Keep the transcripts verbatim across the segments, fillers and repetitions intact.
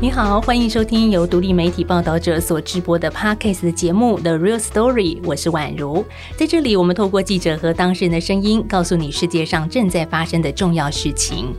你好，欢迎收听由独立媒体报道者所直播的 Podcast 的节目 The Real Story， 我是婉如。在这里，我们透过记者和当事人的声音，告诉你世界上正在发生的重要事情。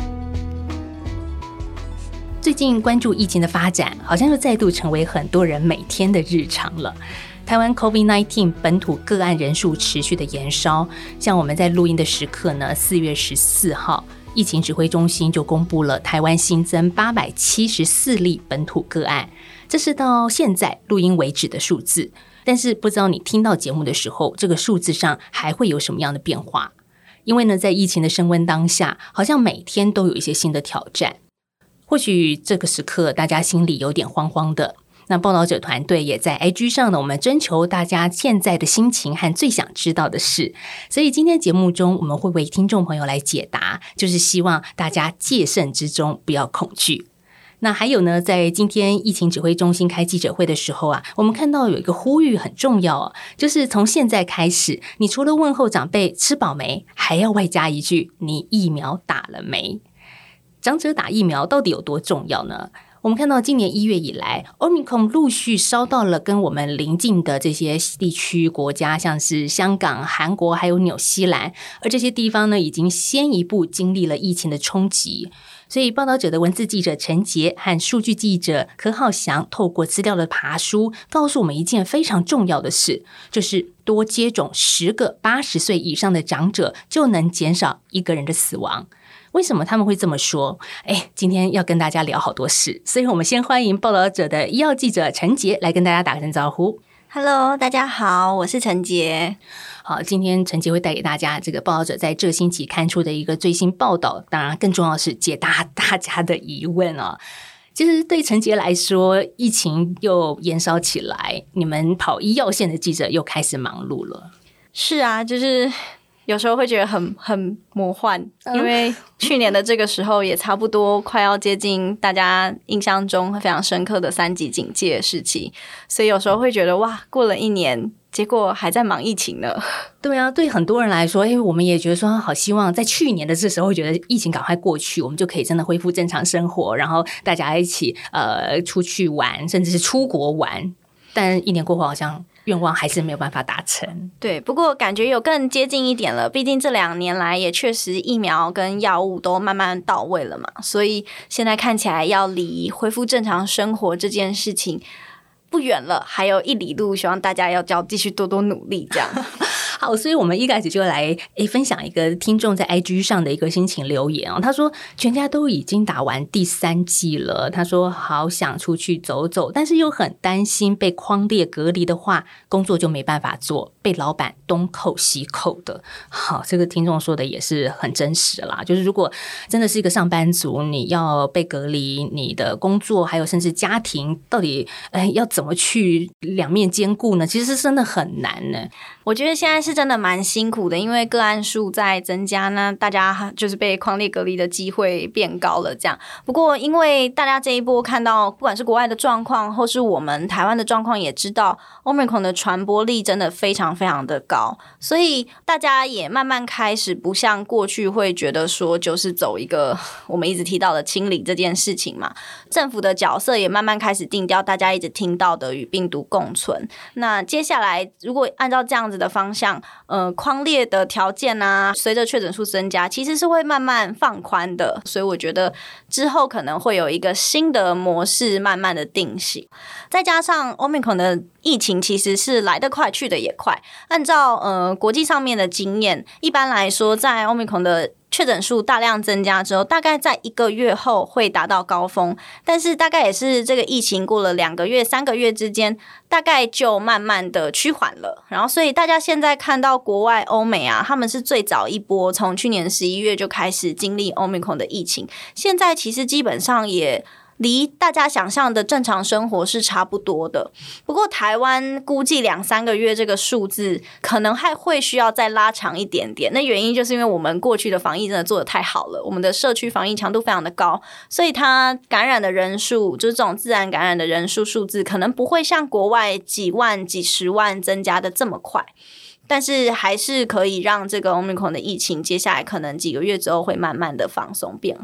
最近关注疫情的发展，好像又再度成为很多人每天的日常了。台湾 COVID 十九 本土个案人数持续的延烧，像我们在录音的时刻呢，四月十四号疫情指挥中心就公布了台湾新增八百七十四例本土个案，这是到现在录音为止的数字。但是不知道你听到节目的时候，这个数字上还会有什么样的变化？因为呢，在疫情的升温当下，好像每天都有一些新的挑战。或许这个时刻大家心里有点慌慌的，那报道者团队也在 I G 上呢，我们征求大家现在的心情和最想知道的事，所以今天节目中我们会为听众朋友来解答，就是希望大家戒慎之中不要恐惧。那还有呢，在今天疫情指挥中心开记者会的时候啊，我们看到有一个呼吁很重要哦，就是从现在开始，你除了问候长辈吃饱没，还要外加一句你疫苗打了没。长者打疫苗到底有多重要呢？我们看到今年一月以来 Omicron 陆续烧到了跟我们邻近的这些地区国家，像是香港、韩国还有纽西兰，而这些地方呢，已经先一步经历了疫情的冲击。所以报道者的文字记者陈杰和数据记者柯浩翔透过资料的爬梳，告诉我们一件非常重要的事，就是多接种十个八十岁以上的长者，就能减少一个人的死亡。为什么他们会这么说？哎，今天要跟大家聊好多事，所以我们先欢迎报道者的医药记者陈杰来跟大家打个声招呼。 Hello， 大家好，我是陈杰。 好，今天陈杰会带给大家这个报道者在这星期刊出的一个最新报道，当然更重要的是解答大家的疑问哦。其实对陈杰来说，疫情又延烧起来，你们跑医药线的记者又开始忙碌了。 是啊，就是有时候会觉得很很魔幻，因为去年的这个时候也差不多快要接近大家印象中非常深刻的三级警戒的时期，所以有时候会觉得哇，过了一年，结果还在忙疫情呢。 对啊，对很多人来说，我们也觉得说好希望在去年的这时候会觉得疫情赶快过去，我们就可以真的恢复正常生活，然后大家一起呃出去玩，甚至是出国玩。但一年过后，好像愿望还是没有办法达成。 对，不过感觉有更接近一点了，毕竟这两年来也确实疫苗跟药物都慢慢到位了嘛，所以现在看起来要离恢复正常生活这件事情不远了，还有一里路，希望大家要要继续多多努力这样。 好，所以我们一开始就来诶分享一个听众在 I G 上的一个心情留言哦。他说全家都已经打完第三剂了，他说好想出去走走，但是又很担心被匡列隔离的话，工作就没办法做，被老板东扣西扣的。好，这个听众说的也是很真实啦，就是如果真的是一个上班族，你要被隔离，你的工作还有甚至家庭到底呃要怎么去两面兼顾呢？其实真的很难呢。 我觉得现在是真的蛮辛苦的，因为个案数在增加呢，大家就是被匡列隔离的机会变高了这样。不过因为大家这一波看到不管是国外的状况或是我们台湾的状况，也知道 Omicron 的传播力真的非常非常的高，所以大家也慢慢开始不像过去会觉得说就是走一个我们一直提到的清理这件事情嘛，政府的角色也慢慢开始定调大家一直听到的与病毒共存。那接下来如果按照这样子的方向，呃，匡列的条件啊，随着确诊数增加，其实是会慢慢放宽的，所以我觉得之后可能会有一个新的模式慢慢的定型。再加上 Omicron 的疫情其实是来得快去得也快，按照呃国际上面的经验，一般来说在 Omicron 的确诊数大量增加之后，大概在一个月后会达到高峰，但是大概也是这个疫情过了两个月三个月之间，大概就慢慢的趋缓了。然后所以大家现在看到国外欧美啊，他们是最早一波从去年十一月就开始经历 Omicron 的疫情，现在其实基本上也离大家想象的正常生活是差不多的。不过台湾估计两三个月这个数字可能还会需要再拉长一点点，那原因就是因为我们过去的防疫真的做得太好了，我们的社区防疫强度非常的高，所以它感染的人数就是这种自然感染的人数数字可能不会像国外几万几十万增加的这么快，但是还是可以让这个 Omicron 的疫情接下来可能几个月之后会慢慢的放松变好。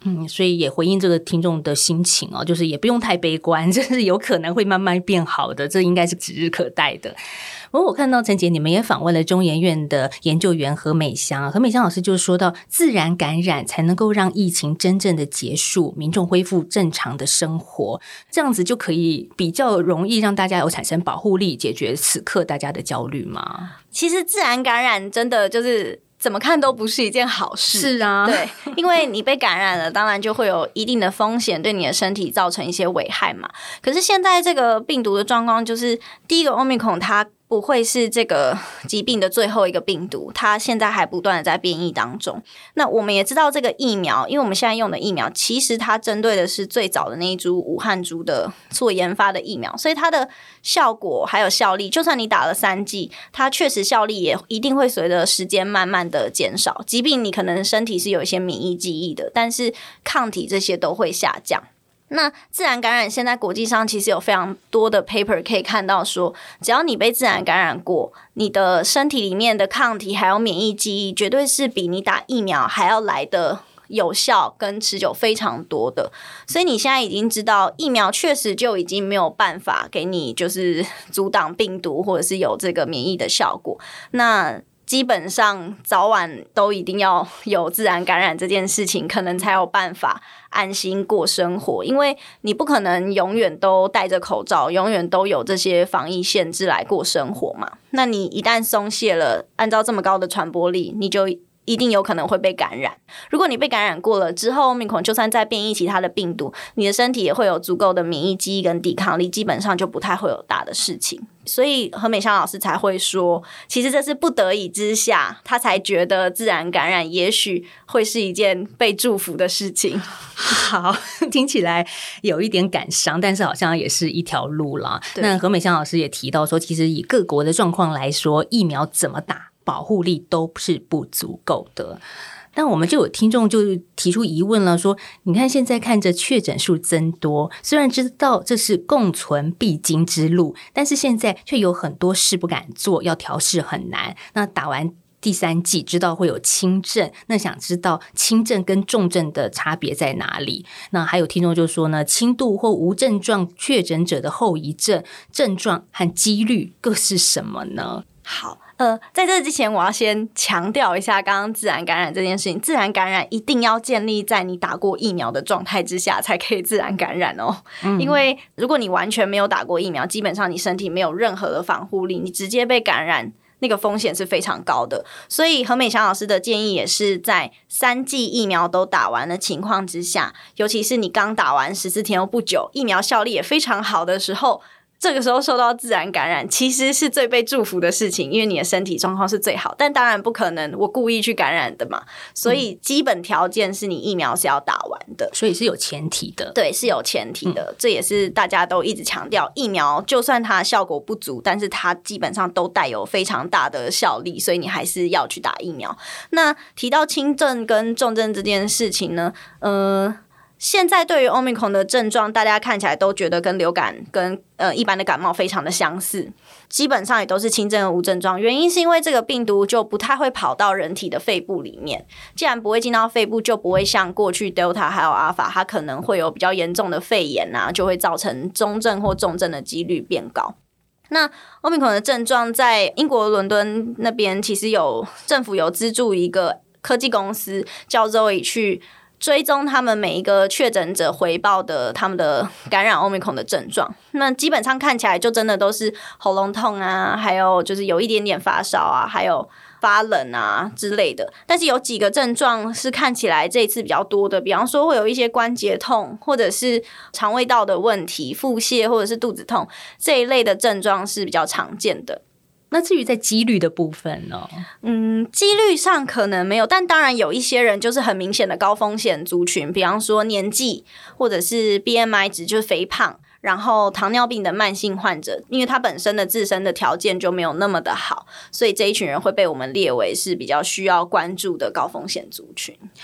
嗯，所以也回应这个听众的心情哦，就是也不用太悲观，这是有可能会慢慢变好的，这应该是指日可待的。不过我看到陈姐你们也访问了中研院的研究员何美香，何美香老师就说到，自然感染才能够让疫情真正的结束，民众恢复正常的生活，这样子就可以比较容易让大家有产生保护力，解决此刻大家的焦虑吗？ 其实自然感染真的就是怎么看都不是一件好事。 是啊， 对，因为你被感染了，当然就会有一定的风险，对你的身体造成一些危害嘛。可是现在这个病毒的状况就是，第一个 Omicron 它不会是这个疾病的最后一个病毒，它现在还不断的在变异当中。那我们也知道这个疫苗，因为我们现在用的疫苗其实它针对的是最早的那一株武汉株的所研发的疫苗，所以它的效果还有效力，就算你打了三剂，它确实效力也一定会随着时间慢慢的减少。疾病你可能身体是有一些免疫记忆的，但是抗体这些都会下降。那自然感染现在国际上其实有非常多的 paper 可以看到说，只要你被自然感染过，你的身体里面的抗体还有免疫记忆绝对是比你打疫苗还要来的有效跟持久非常多的。所以你现在已经知道疫苗确实就已经没有办法给你就是阻挡病毒或者是有这个免疫的效果，那基本上早晚都一定要有自然感染这件事情，可能才有办法安心过生活。因为你不可能永远都戴着口罩，永远都有这些防疫限制来过生活嘛。那你一旦松懈了，按照这么高的传播力，你就一定有可能会被感染。如果你被感染过了之后，Omicron就算再变异其他的病毒，你的身体也会有足够的免疫记忆跟抵抗力，基本上就不太会有大的事情。所以何美香老师才会说，其实这是不得已之下，他才觉得自然感染也许会是一件被祝福的事情。 好，听起来有一点感伤，但是好像也是一条路啦。那何美香老师也提到说，其实以各国的状况来说，疫苗怎么打，保护力都是不足够的。但我们就有听众就提出疑问了，说你看现在看着确诊数增多，虽然知道这是共存必经之路，但是现在却有很多事不敢做，要调试很难。那打完第三剂知道会有轻症，那想知道轻症跟重症的差别在哪里？那还有听众就说呢，轻度或无症状确诊者的后遗症症状和几率各是什么呢？ 好，呃，在这之前我要先强调一下刚刚自然感染这件事情，自然感染一定要建立在你打过疫苗的状态之下才可以自然感染哦、嗯、因为如果你完全没有打过疫苗，基本上你身体没有任何的防护力，你直接被感染那个风险是非常高的。所以何美香老师的建议也是在三剂疫苗都打完的情况之下，尤其是你刚打完十四天后不久，疫苗效力也非常好的时候，这个时候受到自然感染其实是最被祝福的事情，因为你的身体状况是最好，但当然不可能我故意去感染的嘛，所以基本条件是你疫苗是要打完的， 所以是有前提的。 对，是有前提的、嗯、这也是大家都一直强调，疫苗就算它效果不足，但是它基本上都带有非常大的效力，所以你还是要去打疫苗。那提到轻症跟重症这件事情呢，呃现在对于 Omicron 的症状，大家看起来都觉得跟流感跟呃一般的感冒非常的相似，基本上也都是轻症无症状。原因是因为这个病毒就不太会跑到人体的肺部里面，既然不会进到肺部，就不会像过去 Delta 还有 Alpha 它可能会有比较严重的肺炎啊，就会造成中症或重症的几率变高。那 Omicron 的症状在英国伦敦那边，其实有政府有资助一个科技公司叫 Zoe 去追踪他们每一个确诊者回报的他们的感染 Omicron 的症状，那基本上看起来就真的都是喉咙痛啊，还有就是有一点点发烧啊，还有发冷啊之类的。但是有几个症状是看起来这一次比较多的，比方说会有一些关节痛，或者是肠胃道的问题、腹泻或者是肚子痛，这一类的症状是比较常见的。 那至于在几率的部分呢？ 嗯，几率上可能没有，但当然有一些人就是很明显的高风险族群，比方说年纪，或者是 B M I 值就是肥胖，然后糖尿病的慢性患者，因为他本身的自身的条件就没有那么的好，所以这一群人会被我们列为是比较需要关注的高风险族群。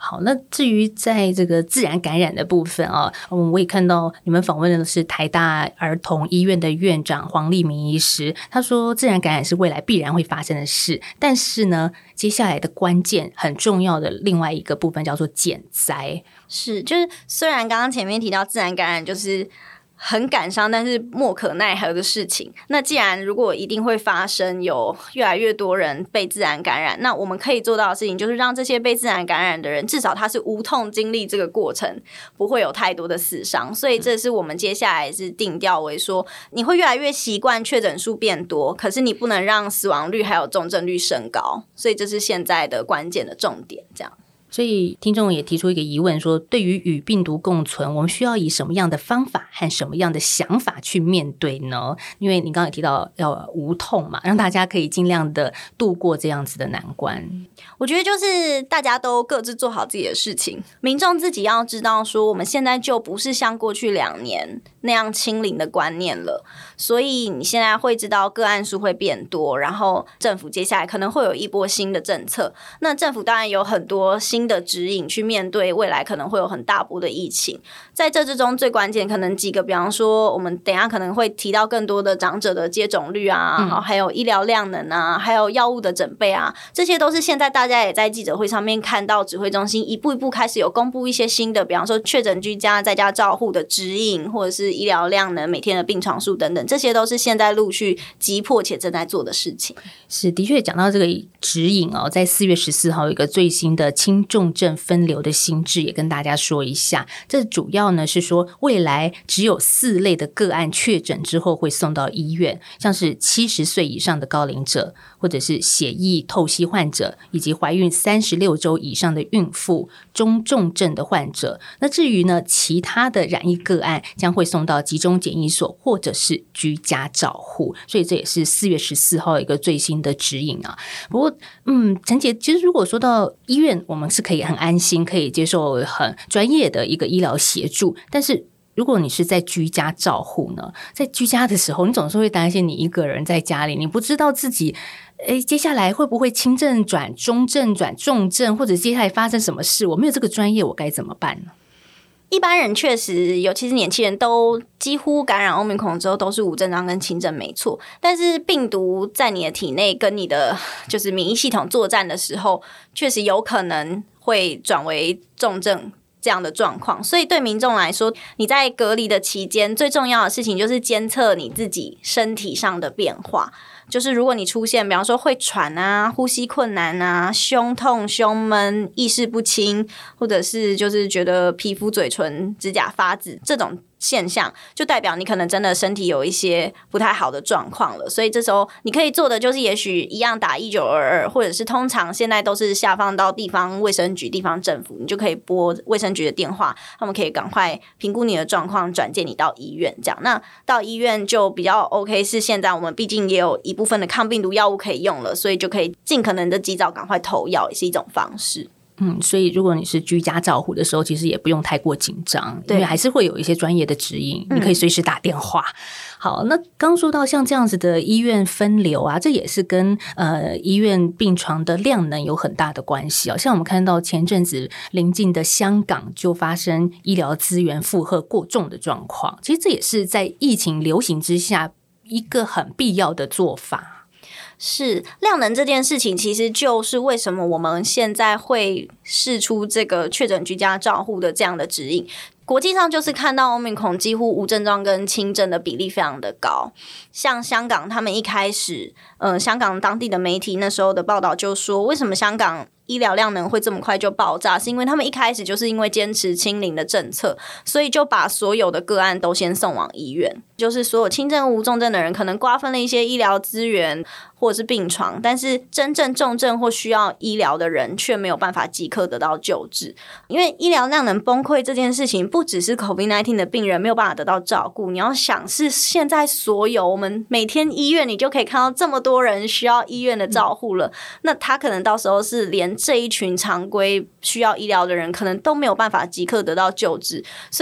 好，那至于在这个自然感染的部分啊，嗯，我也看到你们访问的是台大儿童医院的院长黄立明医师，他说自然感染是未来必然会发生的事，但是呢，接下来的关键很重要的另外一个部分叫做减灾。 是，就是虽然刚刚前面提到自然感染就是很感伤，但是莫可奈何的事情。那既然如果一定会发生，有越来越多人被自然感染，那我们可以做到的事情就是让这些被自然感染的人，至少他是无痛经历这个过程，不会有太多的死伤。所以这是我们接下来是定调为说，你会越来越习惯确诊数变多，可是你不能让死亡率还有重症率升高。所以这是现在的关键的重点，这样。 所以听众也提出一个疑问说，对于与病毒共存，我们需要以什么样的方法和什么样的想法去面对呢？因为你刚刚也提到要无痛嘛，让大家可以尽量的度过这样子的难关。 我觉得就是大家都各自做好自己的事情，民众自己要知道说，我们现在就不是像过去两年那样清零的观念了，所以你现在会知道个案数会变多，然后政府接下来可能会有一波新的政策，那政府当然有很多新的指引去面对未来可能会有很大波的疫情。在这之中最关键可能几个，比方说我们等一下可能会提到更多的长者的接种率啊、嗯、还有医疗量能啊，还有药物的准备啊，这些都是现在大家也在记者会上面看到指挥中心一步一步开始有公布一些新的，比方说确诊居家在家照护的指引，或者是医疗量能、每天的病床数等等，这些都是现在陆续急迫且正在做的事情。 是，的确讲到这个指引哦，在四月十四号有一个最新的轻重症分流的新制，也跟大家说一下。这主要呢是说，未来只有四类的个案确诊之后会送到医院，像是七十岁以上的高龄者，或者是血液透析患者，以及怀孕三十六周以上的孕妇、中重症的患者。那至于呢，其他的染疫个案将会送到集中检疫所或者是居家照护。所以这也是四月十四号一个最新的指引啊。不过，嗯，陈姐，其实如果说到医院，我们是可以很安心，可以接受很专业的一个医疗协助，但是如果你是在居家照护呢，在居家的时候，你总是会担心你一个人在家里，你不知道自己诶接下来会不会轻症转中症转重症，或者接下来发生什么事，我没有这个专业，我该怎么办呢？ 一般人确实，尤其是年轻人，都几乎感染 Omicron 之后都是无症状跟轻症没错，但是病毒在你的体内跟你的就是免疫系统作战的时候，确实有可能会转为重症这样的状况。所以对民众来说，你在隔离的期间最重要的事情就是监测你自己身体上的变化，就是如果你出现比方说会喘啊、呼吸困难啊、胸痛、胸闷、意识不清，或者是就是觉得皮肤、嘴唇、指甲发紫这种现象，就代表你可能真的身体有一些不太好的状况了。所以这时候你可以做的就是也许一样打一九二二，或者是通常现在都是下放到地方卫生局、地方政府，你就可以拨卫生局的电话，他们可以赶快评估你的状况，转介你到医院这样。那到医院就比较 OK， 是现在我们毕竟也有一部分的抗病毒药物可以用了，所以就可以尽可能的及早赶快投药，也是一种方式。 嗯，所以如果你是居家照护的时候，其实也不用太过紧张，因为还是会有一些专业的指引，你可以随时打电话。嗯、好，那刚说到像这样子的医院分流啊，这也是跟呃医院病床的量能有很大的关系哦。像我们看到前阵子邻近的香港就发生医疗资源负荷过重的状况，其实这也是在疫情流行之下一个很必要的做法。 是量能这件事情，其实就是为什么我们现在会释出这个确诊居家照护的这样的指引。国际上就是看到 Omicron 几乎无症状跟轻症的比例非常的高，像香港他们一开始呃，香港当地的媒体那时候的报道就说，为什么香港医疗量能会这么快就爆炸，是因为他们一开始就是因为坚持清零的政策，所以就把所有的个案都先送往医院，就是所有轻症无重症的人可能瓜分了一些医疗资源或者是病床，但是真正重症或需要医疗的人却没有办法即刻得到救治。因为医疗量能崩溃这件事情不只是 COVID 十九 的病人没有办法得到照顾，你要想是现在所有我们每天医院你就可以看到这么多人需要医院的照护了、嗯、那他可能到时候是连这一群常规需要医疗的人可能都没有办法即刻得到救治，所以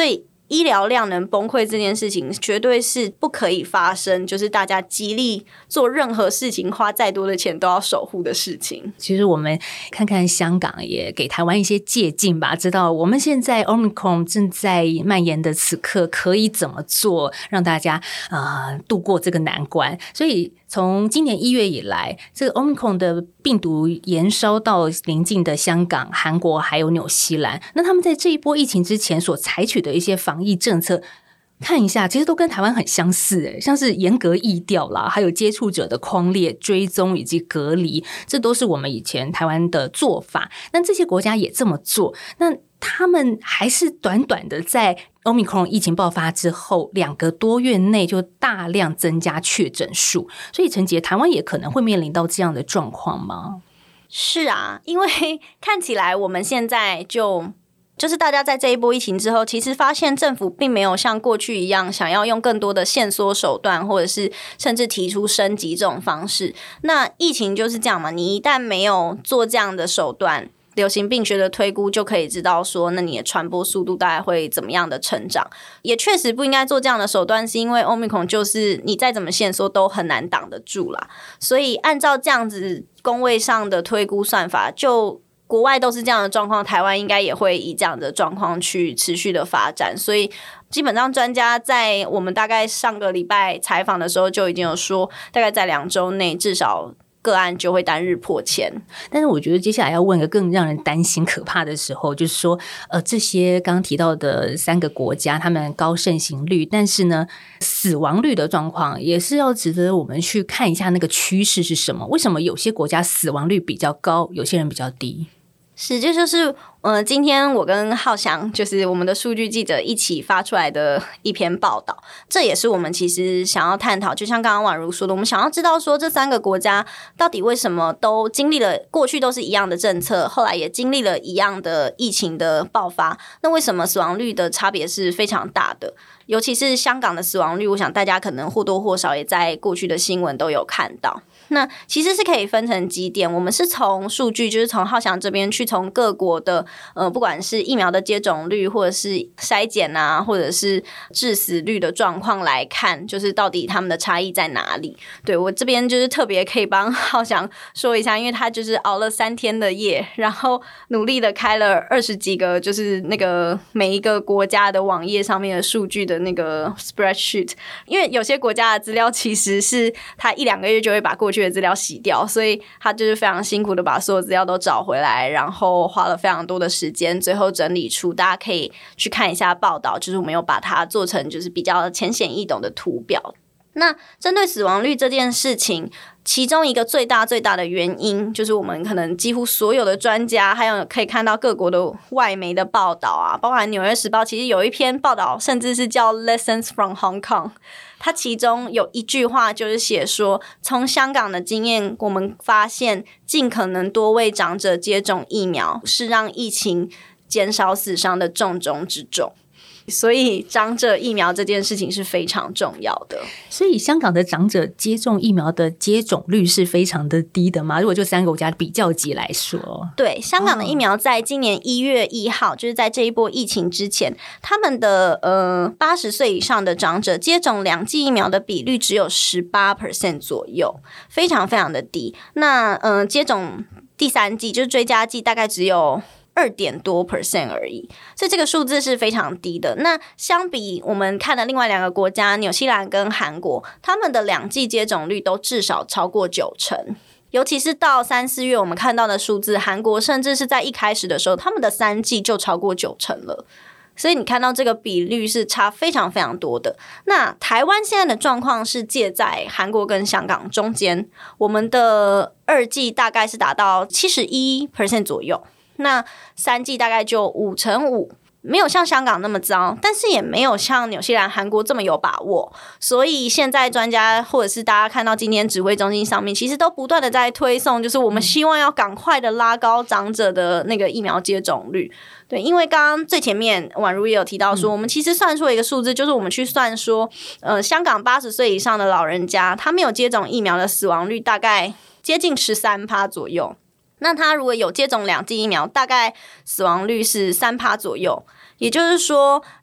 医疗量能崩溃这件事情绝对是不可以发生，就是大家极力做任何事情花再多的钱都要守护的事情。 其实我们看看香港也给台湾一些借鉴吧，知道我们现在 Omicron 正在蔓延的此刻可以怎么做让大家、呃、度过这个难关。所以从今年一月以来，这个 Omicron 的病毒延烧到邻近的香港、韩国还有纽西兰，那他们在这一波疫情之前所采取的一些防疫政策看一下，其实都跟台湾很相似，像是严格疫调啦，还有接触者的匡列追踪以及隔离，这都是我们以前台湾的做法。那这些国家也这么做，那他们还是短短的在 Omicron 疫情爆发之后两个多月内就大量增加确诊数，所以陈杰，台湾也可能会面临到这样的状况吗？ 是啊，因为看起来我们现在就就是大家在这一波疫情之后，其实发现政府并没有像过去一样想要用更多的限缩手段，或者是甚至提出升级这种方式。那疫情就是这样嘛，你一旦没有做这样的手段，流行病学的推估就可以知道说，那你的传播速度大概会怎么样的成长。也确实不应该做这样的手段，是因为 Omicron 就是你再怎么限缩都很难挡得住啦。所以按照这样子公卫上的推估算法，就国外都是这样的状况，台湾应该也会以这样的状况去持续的发展。所以基本上专家在我们大概上个礼拜采访的时候就已经有说，大概在两周内至少个案就会单日破千。 但是我觉得接下来要问一个更让人担心可怕的时候，就是说呃，这些刚刚提到的三个国家他们高盛行率，但是呢死亡率的状况也是要值得我们去看一下那个趋势是什么。为什么有些国家死亡率比较高，有些人比较低？ 是，这就是呃，今天我跟浩翔，就是我们的数据记者一起发出来的一篇报道。这也是我们其实想要探讨，就像刚刚婉如说的，我们想要知道说这三个国家到底为什么都经历了，过去都是一样的政策，后来也经历了一样的疫情的爆发，那为什么死亡率的差别是非常大的？尤其是香港的死亡率，我想大家可能或多或少也在过去的新闻都有看到。那其实是可以分成几点，我们是从数据，就是从浩翔这边去从各国的呃，不管是疫苗的接种率，或者是筛检啊，或者是致死率的状况来看，就是到底他们的差异在哪里。对，我这边就是特别可以帮浩翔说一下，因为他就是熬了三天的夜，然后努力的开了二十几个，就是那个每一个国家的网页上面的数据的那个 spreadsheet， 因为有些国家的资料其实是他一两个月就会把过去的资料洗掉，所以他就是非常辛苦的把所有资料都找回来，然后花了非常多的时间，最后整理出大家可以去看一下报道，就是我们有把它做成就是比较浅显易懂的图表。那针对死亡率这件事情，其中一个最大最大的原因，就是我们可能几乎所有的专家，还有可以看到各国的外媒的报道啊，包含纽约时报其实有一篇报道甚至是叫 Lessons from Hong Kong， 它其中有一句话就是写说，从香港的经验我们发现，尽可能多为长者接种疫苗是让疫情减少死伤的重中之重。所以长者疫苗这件事情是非常重要的。 所以香港的长者接种疫苗的接种率是非常的低的吗？如果就三个国家比较级来说。 对，香港的疫苗在今年一月一号、哦、就是在这一波疫情之前，他们的呃八十岁以上的长者接种两剂疫苗的比率只有 百分之十八 左右，非常非常的低。那呃接种第三剂就是追加剂大概只有二点多 percent 而已，所以这个数字是非常低的。那相比我们看的另外两个国家，纽西兰跟韩国，他们的两剂接种率都至少超过九成。尤其是到三四月我们看到的数字，韩国甚至是在一开始的时候，他们的三剂就超过九成了。所以你看到这个比率是差非常非常多的。那台湾现在的状况是介在韩国跟香港中间，我们的二剂大概是达到 百分之七十一 左右，那三剂大概就五成五，没有像香港那么糟，但是也没有像纽西兰、韩国这么有把握。所以现在专家或者是大家看到今天指挥中心上面，其实都不断的在推送，就是我们希望要赶快的拉高长者的那个疫苗接种率。对，因为刚刚最前面婉如也有提到说，我们其实算出了一个数字，就是我们去算说，呃，香港八十岁以上的老人家，他没有接种疫苗的死亡率大概接近 百分之十三 左右。那他如果有接种两剂疫苗，大概死亡率是 百分之三 左右。也就是说，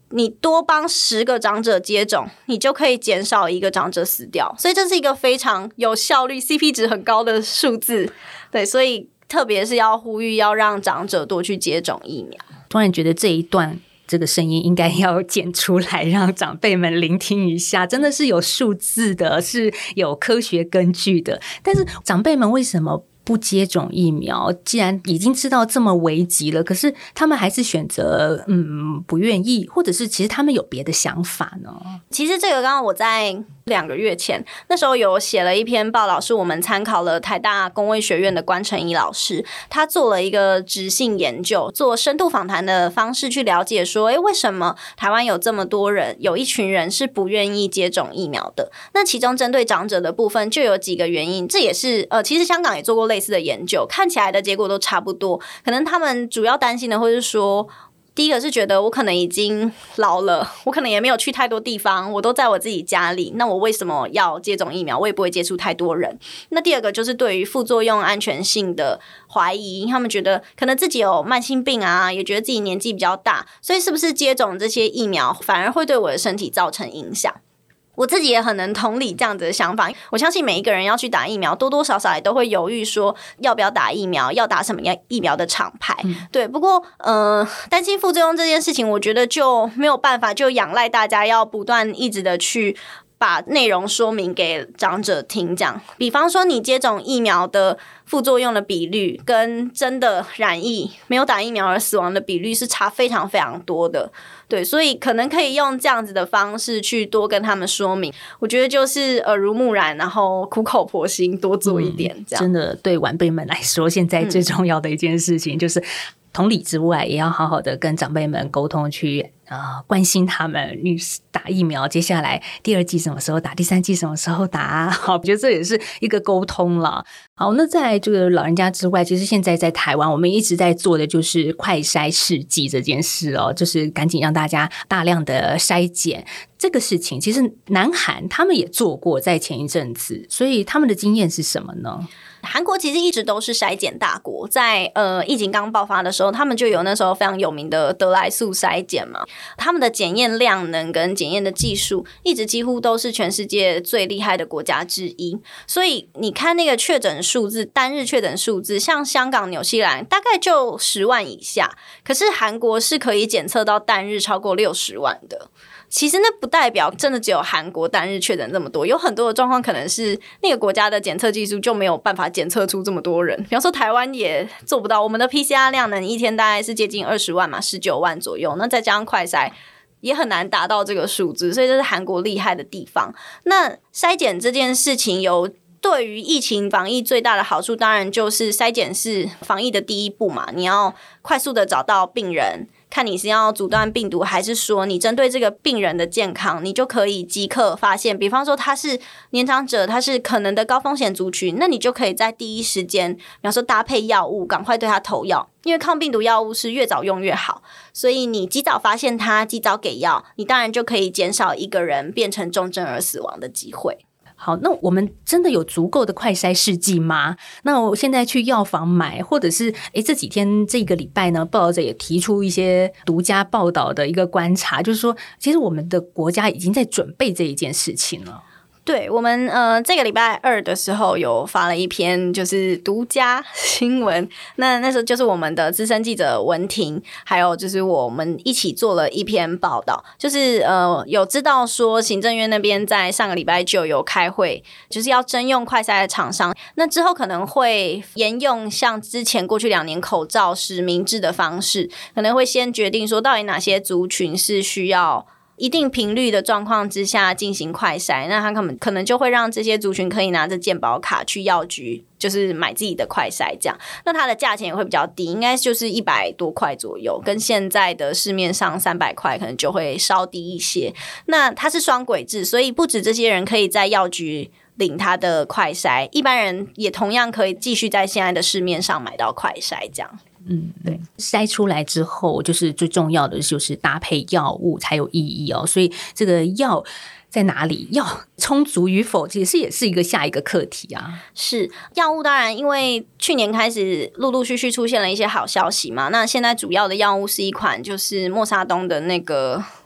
你多帮十个长者接种，你就可以减少一个长者死掉，所以这是一个非常有效率 C P 值很高的数字。对，所以特别是要呼吁要让长者多去接种疫苗。 突然觉得这一段这个声音应该要剪出来，让长辈们聆听一下，真的是有数字的，是有科学根据的。但是长辈们为什么不接种疫苗？既然已经知道这么危急了，可是他们还是选择嗯不愿意，或者是其实他们有别的想法呢？ 其实这个刚刚我在两个月前那时候有写了一篇报道，是我们参考了台大公卫学院的关成仪老师，他做了一个质性研究，做深度访谈的方式去了解说，诶，为什么台湾有这么多人，有一群人是不愿意接种疫苗的？那其中针对长者的部分就有几个原因，这也是呃，其实香港也做过类似的研究，看起来的结果都差不多。可能他们主要担心的会是说，第一个是觉得我可能已经老了，我可能也没有去太多地方，我都在我自己家里，那我为什么要接种疫苗？我也不会接触太多人。那第二个就是对于副作用安全性的怀疑，他们觉得可能自己有慢性病啊，也觉得自己年纪比较大，所以是不是接种这些疫苗反而会对我的身体造成影响？我自己也很能同理这样子的想法，我相信每一个人要去打疫苗，多多少少也都会犹豫说要不要打疫苗，要打什么样疫苗的厂牌。嗯、对，不过呃，担心副作用这件事情，我觉得就没有办法，就仰赖大家要不断一直的去把内容说明给长者听，这样。比方说你接种疫苗的副作用的比率跟真的染疫没有打疫苗而死亡的比率是差非常非常多的。对，所以可能可以用这样子的方式去多跟他们说明，我觉得就是耳濡目染，然后苦口婆心多做一点这样、嗯、 真的对晚辈们来说现在最重要的一件事情、嗯、就是同理之外也要好好的跟长辈们沟通，去呃关心他们，你打疫苗接下来第二剂什么时候打，第三剂什么时候打，好，我觉得这也是一个沟通了。好，那在这个老人家之外，其实现在在台湾我们一直在做的就是快筛试剂这件事哦，就是赶紧让大家大量的筛检。这个事情其实南韩他们也做过，在前一阵子，所以他们的经验是什么呢？ 韩国其实一直都是筛检大国，在呃疫情刚爆发的时候，他们就有那时候非常有名的得来速筛检嘛，他们的检验量能跟检验的技术一直几乎都是全世界最厉害的国家之一。所以你看那个确诊数字，单日确诊数字，像香港、纽西兰大概就十万以下，可是韩国是可以检测到单日超过六十万的。其实那不代表真的只有韩国单日确诊这么多，有很多的状况可能是那个国家的检测技术就没有办法检测出这么多人。比方说台湾也做不到，我们的 P C R 量能一天大概是接近二十万嘛，十九万左右，那再加上快筛也很难达到这个数字，所以这是韩国厉害的地方。那筛检这件事情有对于疫情防疫最大的好处，当然就是筛检是防疫的第一步嘛，你要快速的找到病人，看你是要阻断病毒，还是说你针对这个病人的健康，你就可以即刻发现，比方说他是年长者，他是可能的高风险族群，那你就可以在第一时间，比方说搭配药物，赶快对他投药，因为抗病毒药物是越早用越好，所以你及早发现他，及早给药，你当然就可以减少一个人变成重症而死亡的机会。 好，那我们真的有足够的快筛试剂吗？那我现在去药房买，或者是诶这几天这个礼拜呢，报道者也提出一些独家报道的一个观察，就是说其实我们的国家已经在准备这一件事情了。 对，我们呃这个礼拜二的时候有发了一篇就是独家新闻，那那时候就是我们的资深记者文婷，还有就是我们一起做了一篇报道，就是呃有知道说行政院那边在上个礼拜就有开会，就是要征用快筛的厂商，那之后可能会沿用像之前过去两年口罩实名制的方式，可能会先决定说到底哪些族群是需要一定频率的状况之下进行快筛，那他可能可能就会让这些族群可以拿着健保卡去药局，就是买自己的快筛这样，那它的价钱也会比较低，应该就是一百多块左右，跟现在的市面上三百块可能就会稍低一些。那它是双轨制，所以不止这些人可以在药局领他的快筛，一般人也同样可以继续在现在的市面上买到快筛这样。 嗯，对，筛出来之后，就是最重要的就是搭配药物才有意义哦。所以这个药在哪里，药充足与否，其实也是一个下一个课题啊。 是药物，当然因为去年开始陆陆续续出现了一些好消息嘛，那现在主要的药物是一款就是默沙东的那个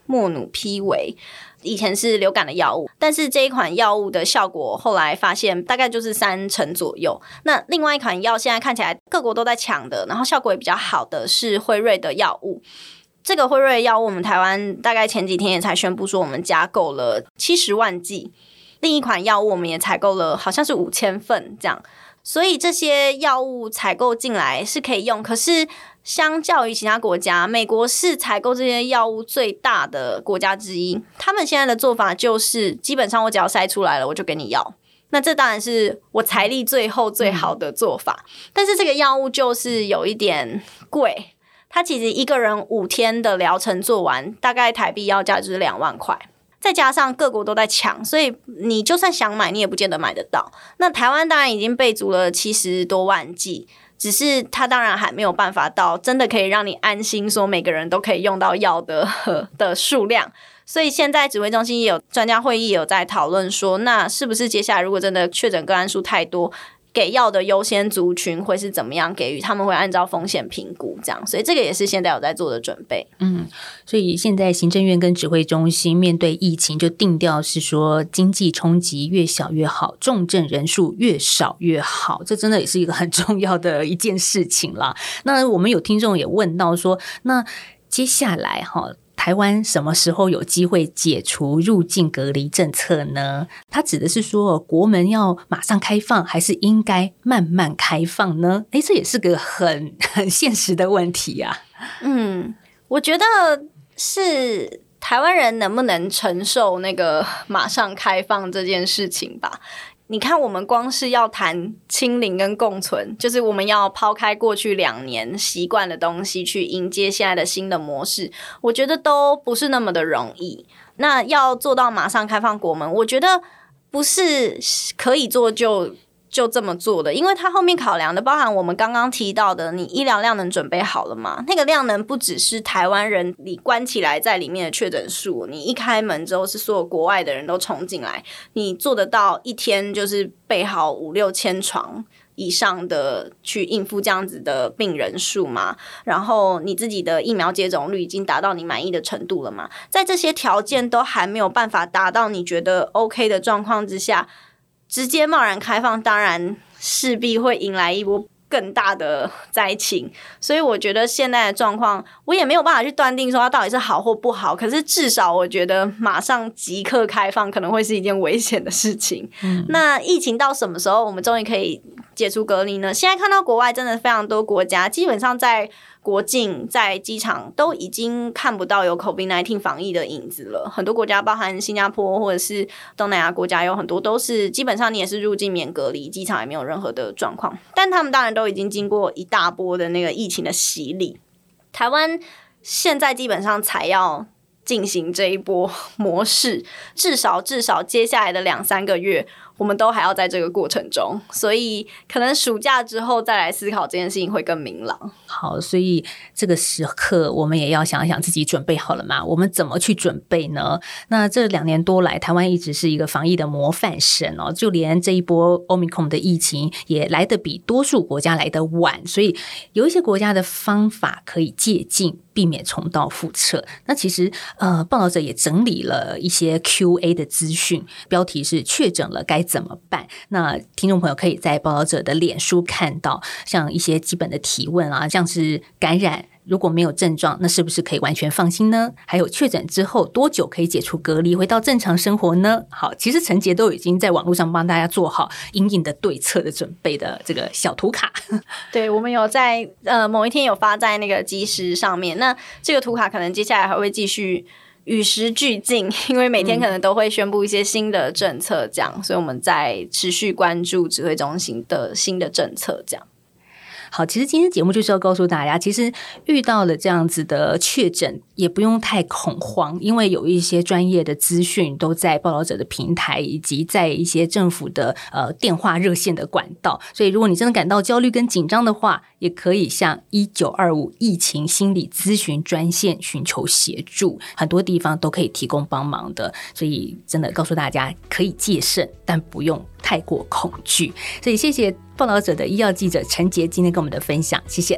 莫努匹韦，以前是流感的药物，但是这一款药物的效果后来发现大概就是三成左右。那另外一款药现在看起来各国都在抢的，然后效果也比较好的是辉瑞的药物。这个辉瑞的药物我们台湾大概前几天也才宣布说我们加购了七十万剂，另一款药物我们也采购了好像是五千份这样。所以这些药物采购进来是可以用，可是相较于其他国家，美国是采购这些药物最大的国家之一，他们现在的做法就是基本上我只要筛出来了我就给你药，那这当然是我财力最后最好的做法、嗯、但是这个药物就是有一点贵，它其实一个人五天的疗程做完大概台币要价就是两万块，再加上各国都在抢，所以你就算想买你也不见得买得到。那台湾当然已经备足了七十多万剂，只是它当然还没有办法到真的可以让你安心说每个人都可以用到药的的数量。所以现在指挥中心也有专家会议也有在讨论说，那是不是接下来如果真的确诊个案数太多，给药的优先族群会是怎么样给予，他们会按照风险评估这样，所以这个也是现在有在做的准备。 嗯，所以现在行政院跟指挥中心面对疫情就定调是说经济冲击越小越好，重症人数越少越好，这真的也是一个很重要的一件事情啦。那我们有听众也问到说，那接下来齁台湾什么时候有机会解除入境隔离政策呢？它指的是说国门要马上开放还是应该慢慢开放呢？诶，这也是个很很现实的问题啊。 嗯，我觉得是台湾人能不能承受那个马上开放这件事情吧。你看我们光是要谈清零跟共存，就是我们要抛开过去两年习惯的东西去迎接现在的新的模式，我觉得都不是那么的容易。那要做到马上开放国门，我觉得不是可以做就就这么做的，因为它后面考量的包含我们刚刚提到的，你医疗量能准备好了吗？那个量能不只是台湾人你关起来在里面的确诊数，你一开门之后是所有国外的人都冲进来，你做得到一天就是备好五六千床以上的去应付这样子的病人数嘛？然后你自己的疫苗接种率已经达到你满意的程度了吗？在这些条件都还没有办法达到你觉得 OK 的状况之下，直接贸然开放当然势必会引来一波更大的灾情，所以我觉得现在的状况我也没有办法去断定说它到底是好或不好，可是至少我觉得马上即刻开放可能会是一件危险的事情、嗯、那疫情到什么时候我们终于可以解除隔离呢？现在看到国外真的非常多国家基本上在国境在机场都已经看不到有 COVID 十九 防疫的影子了，很多国家包含新加坡或者是东南亚国家有很多都是基本上你也是入境免隔离，机场也没有任何的状况，但他们当然都已经经过一大波的那个疫情的洗礼。台湾现在基本上才要进行这一波模式，至少至少接下来的两三个月我们都还要在这个过程中，所以可能暑假之后再来思考这件事情会更明朗。 好，所以这个时刻我们也要想一想自己准备好了吗？我们怎么去准备呢？那这两年多来台湾一直是一个防疫的模范省哦，就连这一波 Omicron 的疫情也来得比多数国家来得晚，所以有一些国家的方法可以借鉴，避免重蹈覆辙。那其实呃，报道者也整理了一些 Q A 的资讯，标题是确诊了该怎么办？那听众朋友可以在报道者的脸书看到像一些基本的提问啊，像是感染如果没有症状，那是不是可以完全放心呢？还有确诊之后多久可以解除隔离回到正常生活呢？好，其实陈杰都已经在网络上帮大家做好因应的对策的准备的这个小图卡。 对，我们有在呃某一天有发在那个即时上面，那这个图卡可能接下来还会继续与时俱进，因为每天可能都会宣布一些新的政策这样、嗯、所以我们在持续关注指挥中心的新的政策这样。 好，其实今天节目就是要告诉大家，其实遇到了这样子的确诊也不用太恐慌，因为有一些专业的资讯都在报道者的平台以及在一些政府的呃电话热线的管道，所以如果你真的感到焦虑跟紧张的话，也可以向一九二五疫情心理咨询专线寻求协助，很多地方都可以提供帮忙的，所以真的告诉大家可以戒慎，但不用太过恐惧。所以谢谢报道者的医药记者陈杰今天跟我们的分享，谢谢。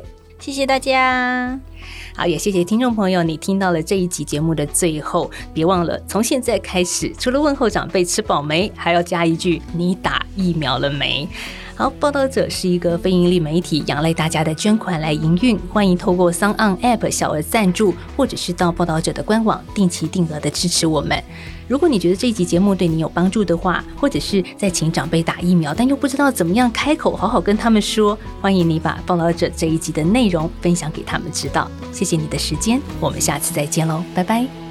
谢谢大家。 好，也谢谢听众朋友，你听到了这一集节目的最后，别忘了从现在开始，除了问候长辈吃饱没，还要加一句你打疫苗了没。好，报道者是一个非营利媒体，仰赖大家的捐款来营运，欢迎透过 SoundOn App 小额赞助，或者是到报道者的官网定期定额的支持我们。如果你觉得这一集节目对你有帮助的话，或者是在请长辈打疫苗，但又不知道怎么样开口好好跟他们说，欢迎你把报道者这一集的内容分享给他们知道。谢谢你的时间，我们下次再见喽，拜拜。